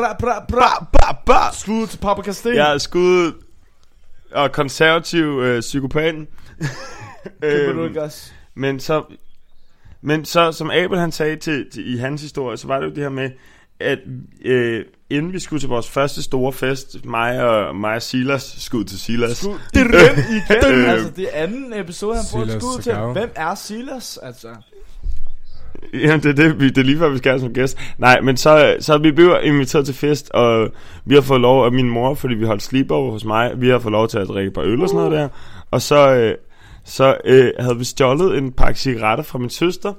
Skud til Papa Kastel. Ja, skud og konservativ psykopaten. Men så som Abel han sagde til i hans historie, så var det jo det her med, at inden vi skulle til vores første store fest, mig og Silas, skud til Silas. Igen. Altså det er anden episode, han får skud til. Hvem er Silas, altså? Ja, det er lige før vi skal have som gæst. Nej, men så vi blev inviteret til fest, og vi har fået lov af min mor, fordi vi holdt sleepover hos mig. Vi har fået lov til at drikke et par øl og sådan noget der. Og så havde vi stjålet en pakke cigaretter fra min søster,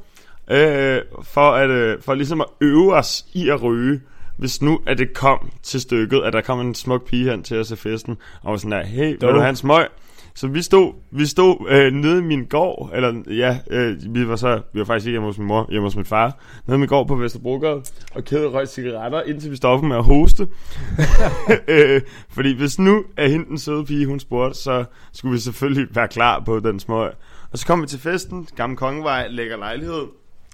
for ligesom at øve os i at ryge, hvis nu at det kom til stykket, at der kom en smuk pige hen til os til festen, og var sådan der, hey, vil du have en smøg? Så vi stod nede i min gård, eller ja, vi var faktisk ikke hjemme hos min mor, hjemme hos min far, nede i min gård på Vesterbrogade, og kædede røg cigaretter, indtil vi stoppede med at hoste. Fordi hvis nu at hende den søde pige, hun spurgte, så skulle vi selvfølgelig være klar på den smøg. Og så kom vi til festen, Gamle Kongevej, lækker lejlighed.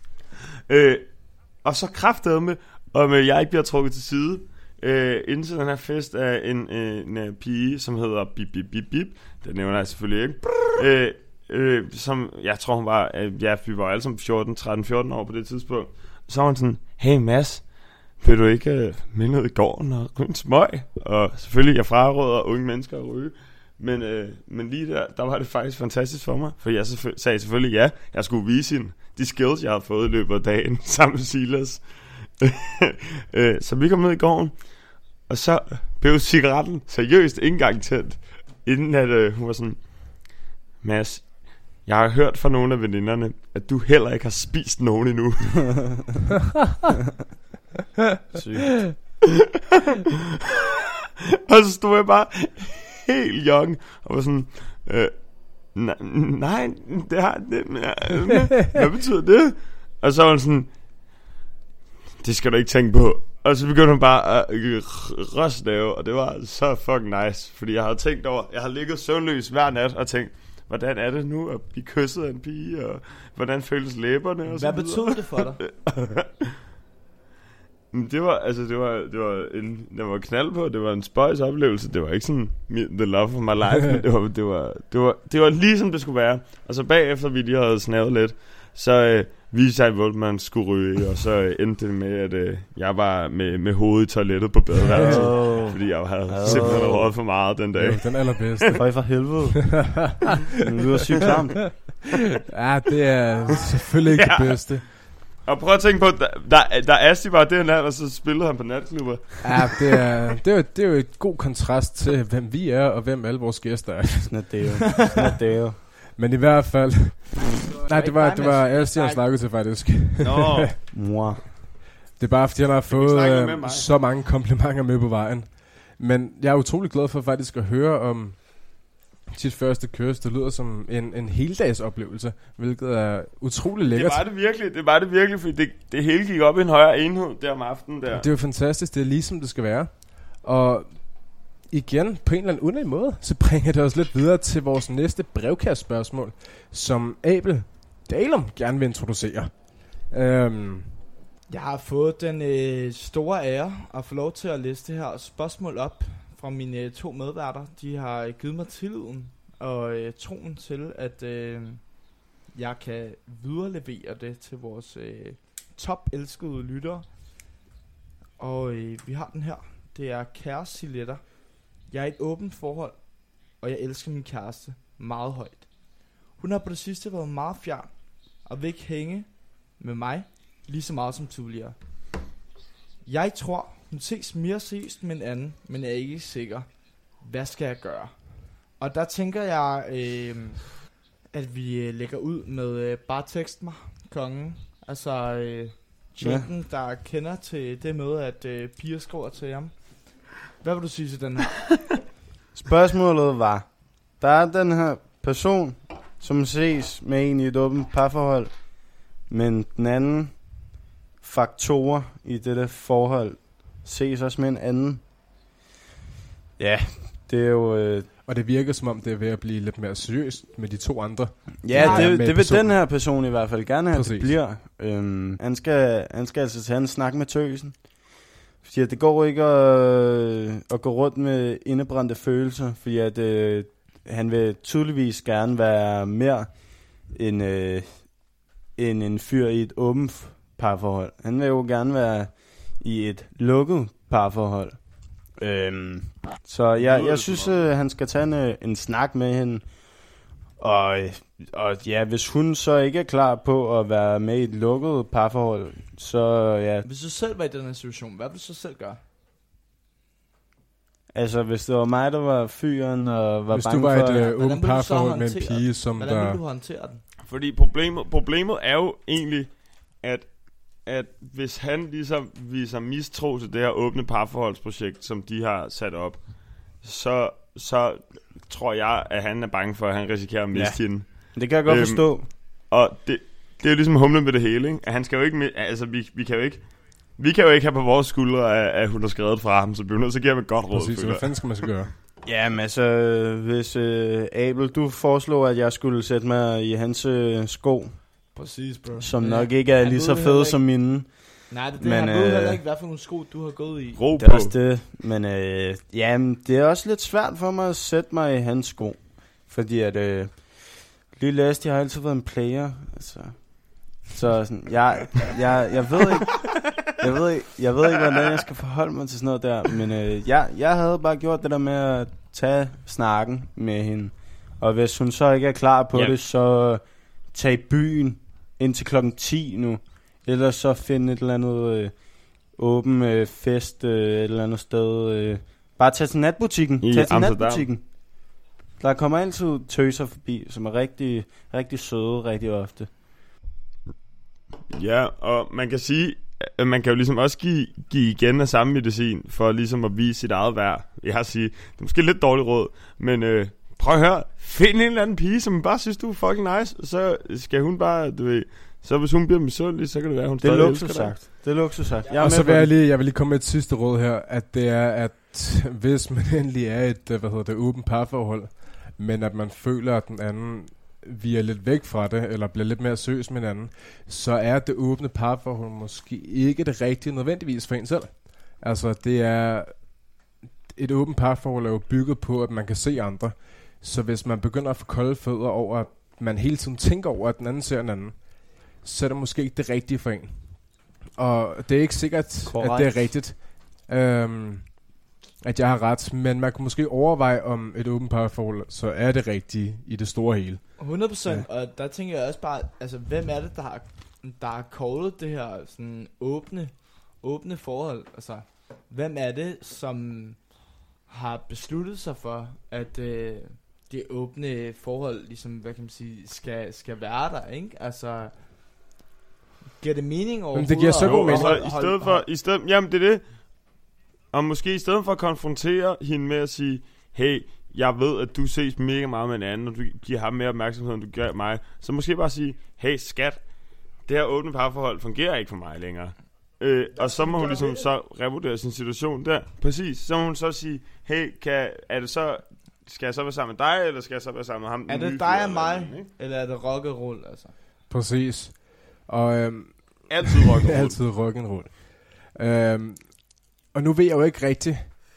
Og så kraftedeme, om jeg ikke bliver trukket til side, indtil den her fest af en pige, som hedder Bip Bip Bip Bip. Det nævner jeg selvfølgelig ikke. Som jeg tror hun var, vi var alle sammen 13-14 år på det tidspunkt. Så var hun sådan, hey Mads, vil du ikke med ned i gården og ryge en smøg? Og selvfølgelig, jeg fraråder unge mennesker at ryge. Men lige der var det faktisk fantastisk for mig, for jeg sagde selvfølgelig ja. Jeg skulle vise hende de skills, jeg havde fået i løbet af dagen sammen med Silas. Så vi kom ned i gården, og så blev cigaretten seriøst ikke engang tændt, inden at hun var sådan, Mads, jeg har hørt fra nogle af veninderne, at du heller ikke har spist nogen endnu. Sygt. Og så stod jeg bare helt young og var sådan, nej, det har det. Hvad betyder det? Og så var hun sådan, det skal du ikke tænke på. Og så begyndte hun bare at røstave, og det var så fucking nice. Fordi jeg havde tænkt over, jeg havde ligget søvnløs hver nat og tænkt, hvordan er det nu at blive kysset af en pige, og hvordan føles læberne og hvad betød det for dig? Det var knald på, det var en spøjs oplevelse. Det var ikke sådan the love of my life, men det var lige som det skulle være. Og så bagefter vi lige havde snavet lidt, så viste jeg, hvor man skulle ryge, og så endte det med, at jeg var med hovedet i toilettet på badeværelset, fordi jeg havde simpelthen røget for meget den dag. Jo, den allerbedste. For helvede. Det lyder sygt klamt. Ja, det er selvfølgelig ikke det bedste. Og prøv at tænke på, der Asti var det og så spillede han på natklubber. Ja, det er jo et god kontrast til, hvem vi er, og hvem alle vores gæster er. Sådan er det jo. Men i hvert fald... Nej, det var Asti, han snakkede til faktisk. Nå. Det er bare, fordi han har fået så mange komplimenter med på vejen. Men jeg er utrolig glad for faktisk at høre om sit første kys. Det lyder som en heldagsoplevelse, hvilket er utrolig lækkert. Det var det virkelig, fordi det hele gik op i en højere enhed der om aftenen der. Det er jo fantastisk, det er ligesom det skal være. Og igen, på en eller anden underlig måde, så bringer det os lidt videre til vores næste brevkastspørgsmål, som Abel Dalum gerne vil introducere. Jeg har fået den store ære at få lov til at læse det her spørgsmål op fra mine 2 medværter. De har givet mig tilliden og troen til, at jeg kan viderelevere det til vores top elskede lyttere. Og vi har den her. Det er kære Siletta. Jeg er i et åbent forhold, og jeg elsker min kæreste meget højt. Hun har på det sidste været meget fjern, og vil ikke hænge med mig lige så meget som tidligere. Jeg tror, hun ses mere seriøst med en anden, men jeg er ikke sikker. Hvad skal jeg gøre? Og der tænker jeg, at vi lægger ud med bare tekst mig, kongen. Altså Jaden, der kender til det med, at piger skriver til ham. Hvad vil du sige til den her? Spørgsmålet var, der er den her person, som ses med en i et åbent parforhold, men den anden faktorer i dette forhold ses også med en anden. Ja, det er jo... Og det virker som om, det er ved at blive lidt mere seriøst med de to andre. Ja, det vil den her person i hvert fald gerne have, at det bliver. Han skal altså tage en snak med tøsen. Fordi det går ikke at gå rundt med indebrændte følelser, fordi at han vil tydeligvis gerne være mere end en fyr i et åbent parforhold. Han vil jo gerne være i et lukket parforhold. Så jeg synes, han skal tage en snak med hende. Og ja, hvis hun så ikke er klar på at være med i et lukket parforhold, så ja. Hvis du selv var i den her situation, hvad vil du så selv gøre? Altså, hvis det var mig, der var fyren og var hvis bange for... Hvis du var et åbent parforhold med en pige, som hvordan der... Hvordan vil du håndtere den? Fordi problemet er jo egentlig, at hvis han ligesom viser mistro til det her åbne parforholdsprojekt, som de har sat op, så tror jeg, at han er bange for, at han risikerer at miste hende. Det kan jeg godt forstå. Og det er jo ligesom humlen med det hele, ikke? At han skal jo ikke... Altså, vi kan jo ikke have på vores skuldre, at hun har skrevet fra ham, så bliver nødt til at give ham et godt råd. Præcis, hvad fanden skal man så gøre? Jamen altså, hvis Abel, du foreslår, at jeg skulle sætte mig i hans sko. Præcis, bro. Som nok ikke er lige så fede som mine. Nej, det han ved heller ikke, hvad for nogle sko du har gået i. Det er også det. Men jamen, det er også lidt svært for mig at sætte mig i hans sko. Fordi at Lille Asti har altid været en player. Altså. Så sådan, jeg ved ikke, hvordan jeg skal forholde mig til sådan noget der. Men jeg havde bare gjort det der med at tage snakken med hende. Og hvis hun så ikke er klar på det, så tag i byen indtil klokken 10 nu. Ellers så finde et eller andet åben fest et eller andet sted. Bare tag til natbutikken. Natbutikken. Der kommer altid tøser forbi, som er rigtig, rigtig søde rigtig ofte. Ja, og man kan sige, at man kan jo ligesom også give igen af samme medicin, for ligesom at vise sit eget værd. Jeg har sige, det er måske lidt dårligt råd, men prøv at høre, find en eller anden pige, som bare synes, du er fucking nice, så skal hun bare, du ved, så hvis hun bliver misundelig, så kan det være, hun stadig elsker dig. Det er luksussagt. Og så vil jeg vil lige komme med et sidste råd her, at det er, at hvis man endelig er et, åbent parforhold, men at man føler, at den anden vi er lidt væk fra det, eller bliver lidt mere seriøs med hinanden, så er det åbne parforhold måske ikke det rigtige nødvendigvis for en selv. Altså, det er... Et åbent parforhold er jo bygget på, at man kan se andre. Så hvis man begynder at få kolde fødder over, at man hele tiden tænker over, at den anden ser en anden, så er det måske ikke det rigtige for en. Og det er ikke sikkert, at det er rigtigt, at jeg har ret, men man kan måske overveje, om et åbent parforhold, så er det rigtige i det store hele. 100%, og der tænker jeg også bare, altså hvem er det, der har callet det her sådan åbne forhold? Altså, hvem er det, som har besluttet sig for, at det åbne forhold, ligesom, hvad kan man sige, skal være der, ikke? Altså, giver det mening overhovedet? Men det giver så god mening. Jamen det er det. Og måske i stedet for at konfrontere hende med at sige, hey, jeg ved, at du ses mega meget med en anden, og du giver ham mere opmærksomhed, end du gør mig. Så måske bare sige, hey skat, det her åbne parforhold fungerer ikke for mig længere. Og så må hun ligesom så revurdere sin situation der. Præcis. Så må hun så sige, hey, skal jeg så være sammen med dig, eller skal jeg så være sammen med ham? Er det dig og mig, eller er det rock'n'roll, altså? Præcis. Og altid rock'n'roll. Altid rock'n'roll. Og nu ved jeg jo ikke rigtigt,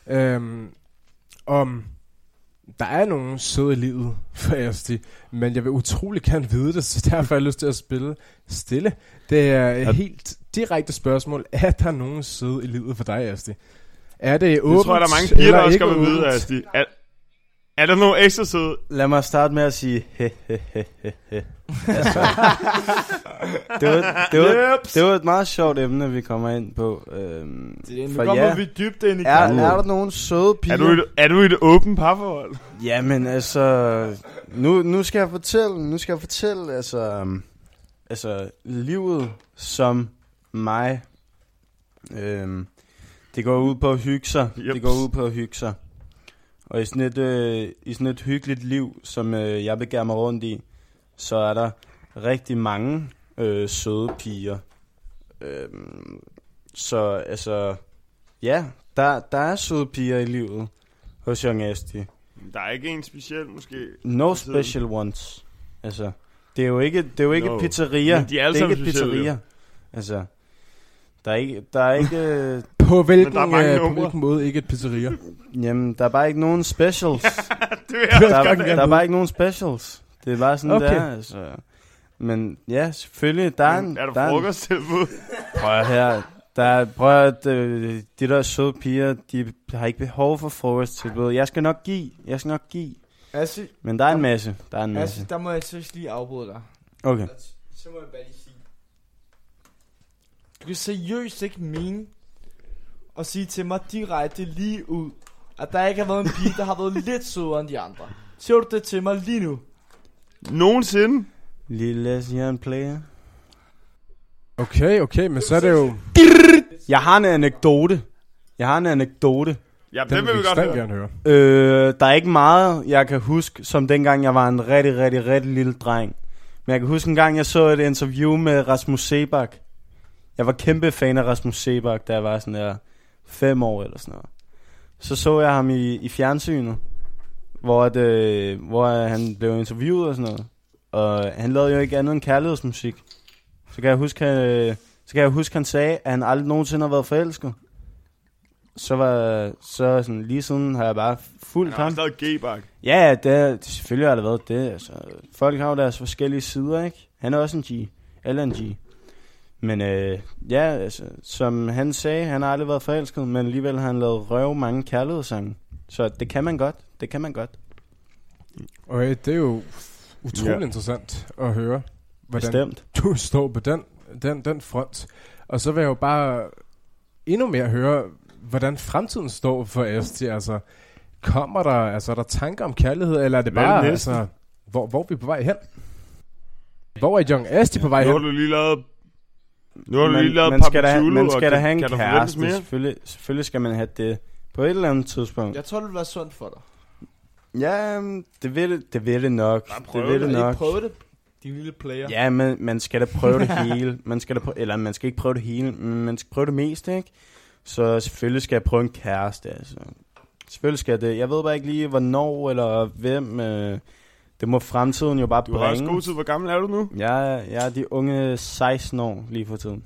om der er nogen søde i livet for Asti, men jeg vil utrolig gerne vide det, så derfor har jeg lyst til at spille stille. Det er et helt direkte spørgsmål. Er der nogen søde i livet for dig, Asti? Er det åbent, det tror jeg, der er mange piger, der også skal vide, Asti. Er der nogen ekstra søde? Lad mig starte med at sige altså, det var et meget sjovt emne, vi kommer ind på. Nu kommer vi dybt ind i er der nogen søde piger? Er du i et åbent parforhold? Jamen altså, nu skal jeg fortælle, altså livet som mig. Det går ud på at hygge sig. Yep. Det går ud på at hygge sig. Og i sådan et hyggeligt liv, som jeg begiver mig rundt i, så er der rigtig mange søde piger. Så altså, ja, der er søde piger i livet hos Young Esti. Der er ikke en speciel, måske? No special ones. Altså, det er jo ikke pizzeria. Men de er alle det er ikke sammen et pizzeria. Altså, der er ikke På hvilken måde ikke et pizzeria? Jamen, der er bare ikke nogen specials. Der er bare ikke nogen specials. Det er bare sådan, okay. Der altså. Men ja, selvfølgelig, der er en... Er der frokosttilbud? Prøv at de der søde piger, de har ikke behov for frokosttilbud. Jeg skal nok give. Altså, men der er en masse. Altså, der må jeg seriøst lige afbryde dig. Okay. Så må jeg bare lige sige. Du kan seriøst ikke mene at sige til mig direkte lige ud, at der ikke har været en pige, der har været lidt sødere end de andre. Siger du det til mig lige nu? Nogensinde? Lille Asian player. Okay, men så er det jo... Jeg har en anekdote. Ja, Den det vil vi godt høre. Der er ikke meget, jeg kan huske, som dengang jeg var en rigtig lille dreng. Men jeg kan huske en gang, jeg så et interview med Rasmus Seebach. Jeg var kæmpe fan af Rasmus Seebach, da jeg var sådan der 5 år eller sådan noget. Så jeg ham i fjernsynet, hvor han blev interviewet og sådan noget. Og han lavede jo ikke andet end kærlighedsmusik. Så kan jeg huske, han sagde, at han aldrig nogensinde har været forelsket. Så sådan, lige siden har jeg bare fulgt ham. Han har stadig G-bak. Ja, selvfølgelig har det været det. Altså, folk har jo deres forskellige sider, ikke? Han er også en G. Eller en G. Men ja, altså, som han sagde, han har aldrig været forelsket, men alligevel har han lavet mange kærlighedssange. Så det kan man godt. Okay, det er jo utroligt interessant at høre, hvordan du står på den front. Og så vil jeg jo bare endnu mere høre, hvordan fremtiden står for Esti. Altså, kommer der, altså, er der tanker om kærlighed, eller er det bare, altså, hvor er vi på vej hen? Hvor er Young Esti på vej hen? Nu har du lige lavet man skal da have en kæreste. Selvfølgelig skal man have det på et eller andet tidspunkt. Jeg tror, det vil være sundt for dig. Ja, det vil det nok. Prøv det, din lille player. Ja, men man skal da prøve det hele. Man skal ikke prøve det hele, men man skal prøve det meste, ikke? Så selvfølgelig skal jeg prøve en kæreste, altså. Selvfølgelig skal jeg det. Jeg ved bare ikke lige, hvornår eller hvem. Det må fremtiden jo bare bringe. Du har også god tid. Hvor gammel er du nu? Jeg er de unge 16 år lige for tiden.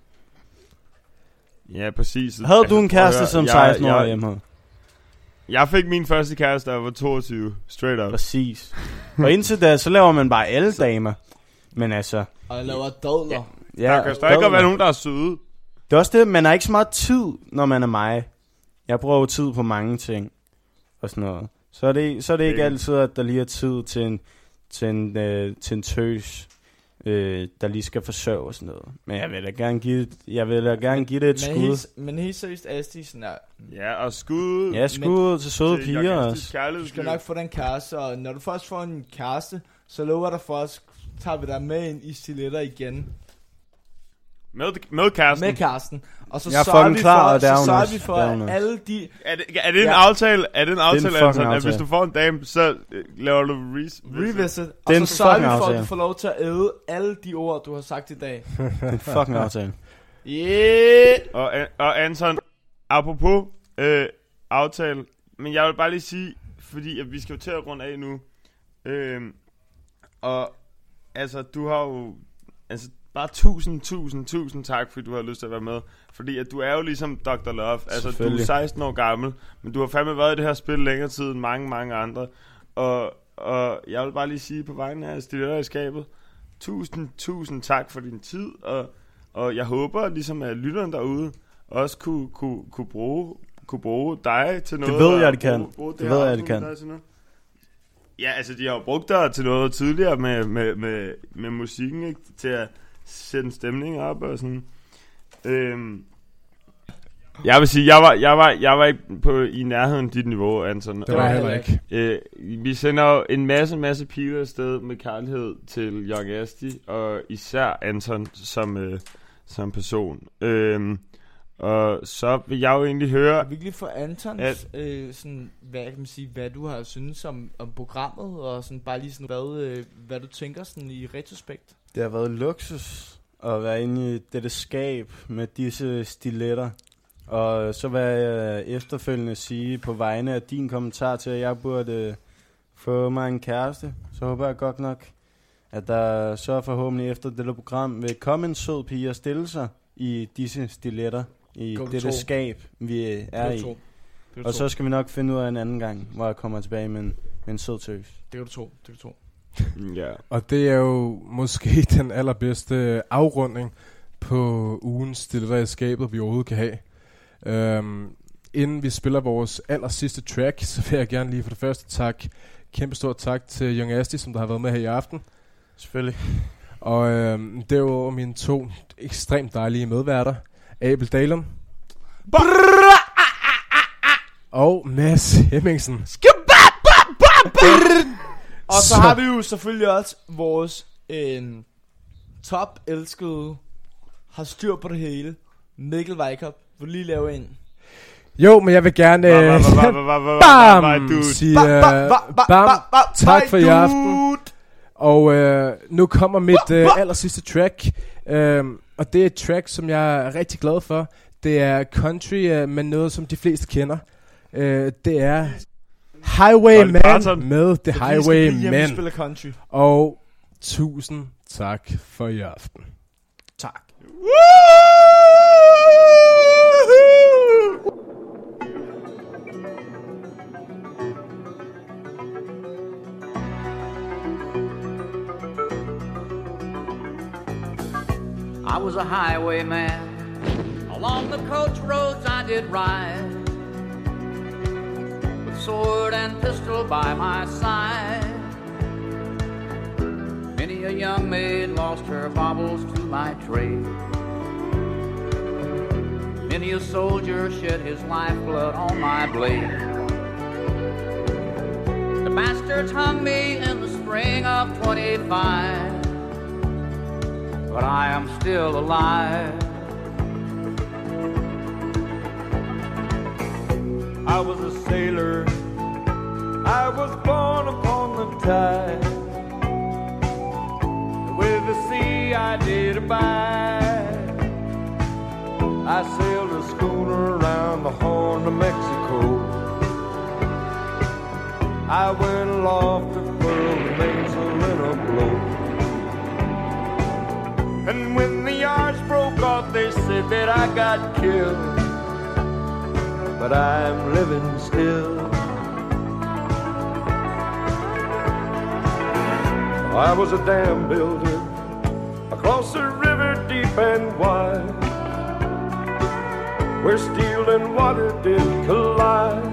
Ja, præcis. Havde du en kæreste som 16 år hjemme? Jeg fik min første kæreste, da jeg var 22. Straight up. Præcis. Og indtil da, så laver man bare alle damer. Men altså... Og jeg laver dødler. Ja, der kan stadig godt være nogen, der er søde. Det er også det, man har ikke så meget tid, når man er mig. Jeg bruger jo tid på mange ting. Og sådan noget. Så er det ikke altid, at der lige er tid til en tøs, der lige skal forsørge og sådan noget. Men jeg vil da gerne give det et skud. Men helt seriøst, Asti, sådan der... Ja, og skud... Ja, skud til søde piger også. Du skal nok få den kæreste, og når du først får en kæreste, så lover dig for os, tager vi dig med ind i stiletter igen. Med kæresten? Med kæresten. Og så sørger vi for at alle de... Er det en aftale? Er det en aftale, Anton, at hvis du får en dame, så laver du revisit? Og så sørger vi for, at du får lov til at æde alle de ord, du har sagt i dag. Det er en fucking aftale. Yeah! Og Anton, apropos aftale, men jeg vil bare lige sige, fordi at vi skal jo til at runde af nu. Og altså, du har jo... Altså, bare tusind tak, fordi du har lyst til at være med. Fordi at du er jo ligesom Dr. Love. Altså, du er 16 år gammel, men du har fandme været i det her spil længere tid end mange andre. Og jeg vil bare lige sige på vegne af Stiletter i skabet, tusind tak for din tid. Og jeg håber ligesom, at lytteren derude også kunne bruge dig til noget. Det ved jeg, det kan. Ja, altså de har jo brugt der til noget tidligere med musikken, ikke? Til at sætte en stemning op og sådan. Jeg vil sige, jeg var ikke i nærheden af dit niveau, Anton. Det var jeg heller ikke. Vi sender jo en masse piger afsted med kærlighed til Young Asti, og især Anton som person. Og så vil jeg jo egentlig høre... Jeg vil lige få Antons, sådan, hvad kan man sige, hvad du har synes om programmet, og sådan bare lige sådan, hvad du tænker sådan i retrospekt. Det har været luksus at være inde i dette skab med disse stiletter. Og så vil jeg efterfølgende sige på vegne af din kommentar til, at jeg burde få mig en kæreste. Så håber jeg godt nok, at der så forhåbentlig efter dette program vil komme en sød pige og stille sig i disse stiletter. I dette skab, vi er i. Og så skal vi nok finde ud af en anden gang, hvor jeg kommer tilbage med en sød tøs. Det kan du tro. Ja. Og det er jo måske den allerbedste afrunding på ugens stiletter i skabet, vi overhovedet kan have. Inden vi spiller vores allersidste track, så vil jeg gerne lige for det første kæmpestort tak til Young Asti, som der har været med her i aften. Selvfølgelig. Og det er jo mine 2 ekstremt dejlige medværter, Abel Dahlum og Mads Hemmingsen. Og så har vi jo selvfølgelig også vores top elskede, har styr på det hele, Mikkel Weikop. Vil du lige lave en? Jo, men jeg vil gerne sige tak for i aften. Og nu kommer mit allersidste track. Og det er et track, som jeg er rigtig glad for. Det er country, men noget, som de fleste kender. Det er Highwayman med The Highwaymen. Og tusind tak for i aften. Tak. I was a highwayman. Along the coach roads I did ride, with sword and pistol by my side. Many a young maid lost her baubles to my trade. Many a soldier shed his lifeblood on my blade. The bastards hung me in the spring of 25, but I am still alive. I was a sailor, I was born upon the tide. With the sea I did abide. I sailed a schooner around the Horn of Mexico. I went aloft to furl the mainsail in a blow. And when the yards broke off, they said that I got killed. But I'm living still. I was a dam builder across a river deep and wide, where steel and water did collide.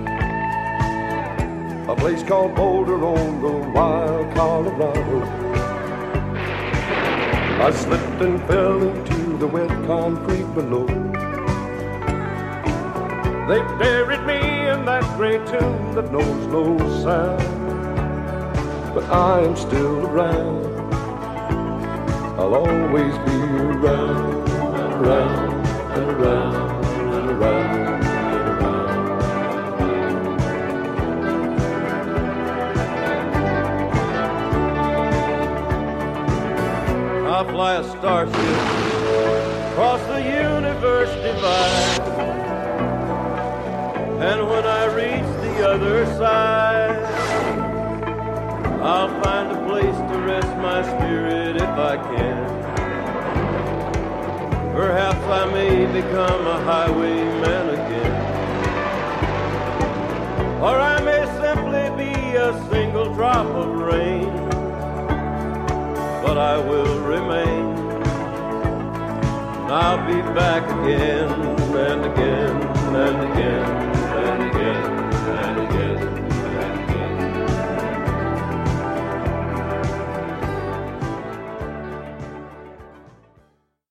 A place called Boulder on the wild Colorado. I slipped and fell into the wet concrete below. They buried me in that gray tomb that knows no sound. But I am still around. I'll always be around and around and around and around and around. I'll fly a starship across the universe divide. And when I reach the other side, I'll find a place to rest my spirit if I can. Perhaps I may become a highwayman again. Or I may simply be a single drop of rain. But I will remain. I'll be back again and again and again.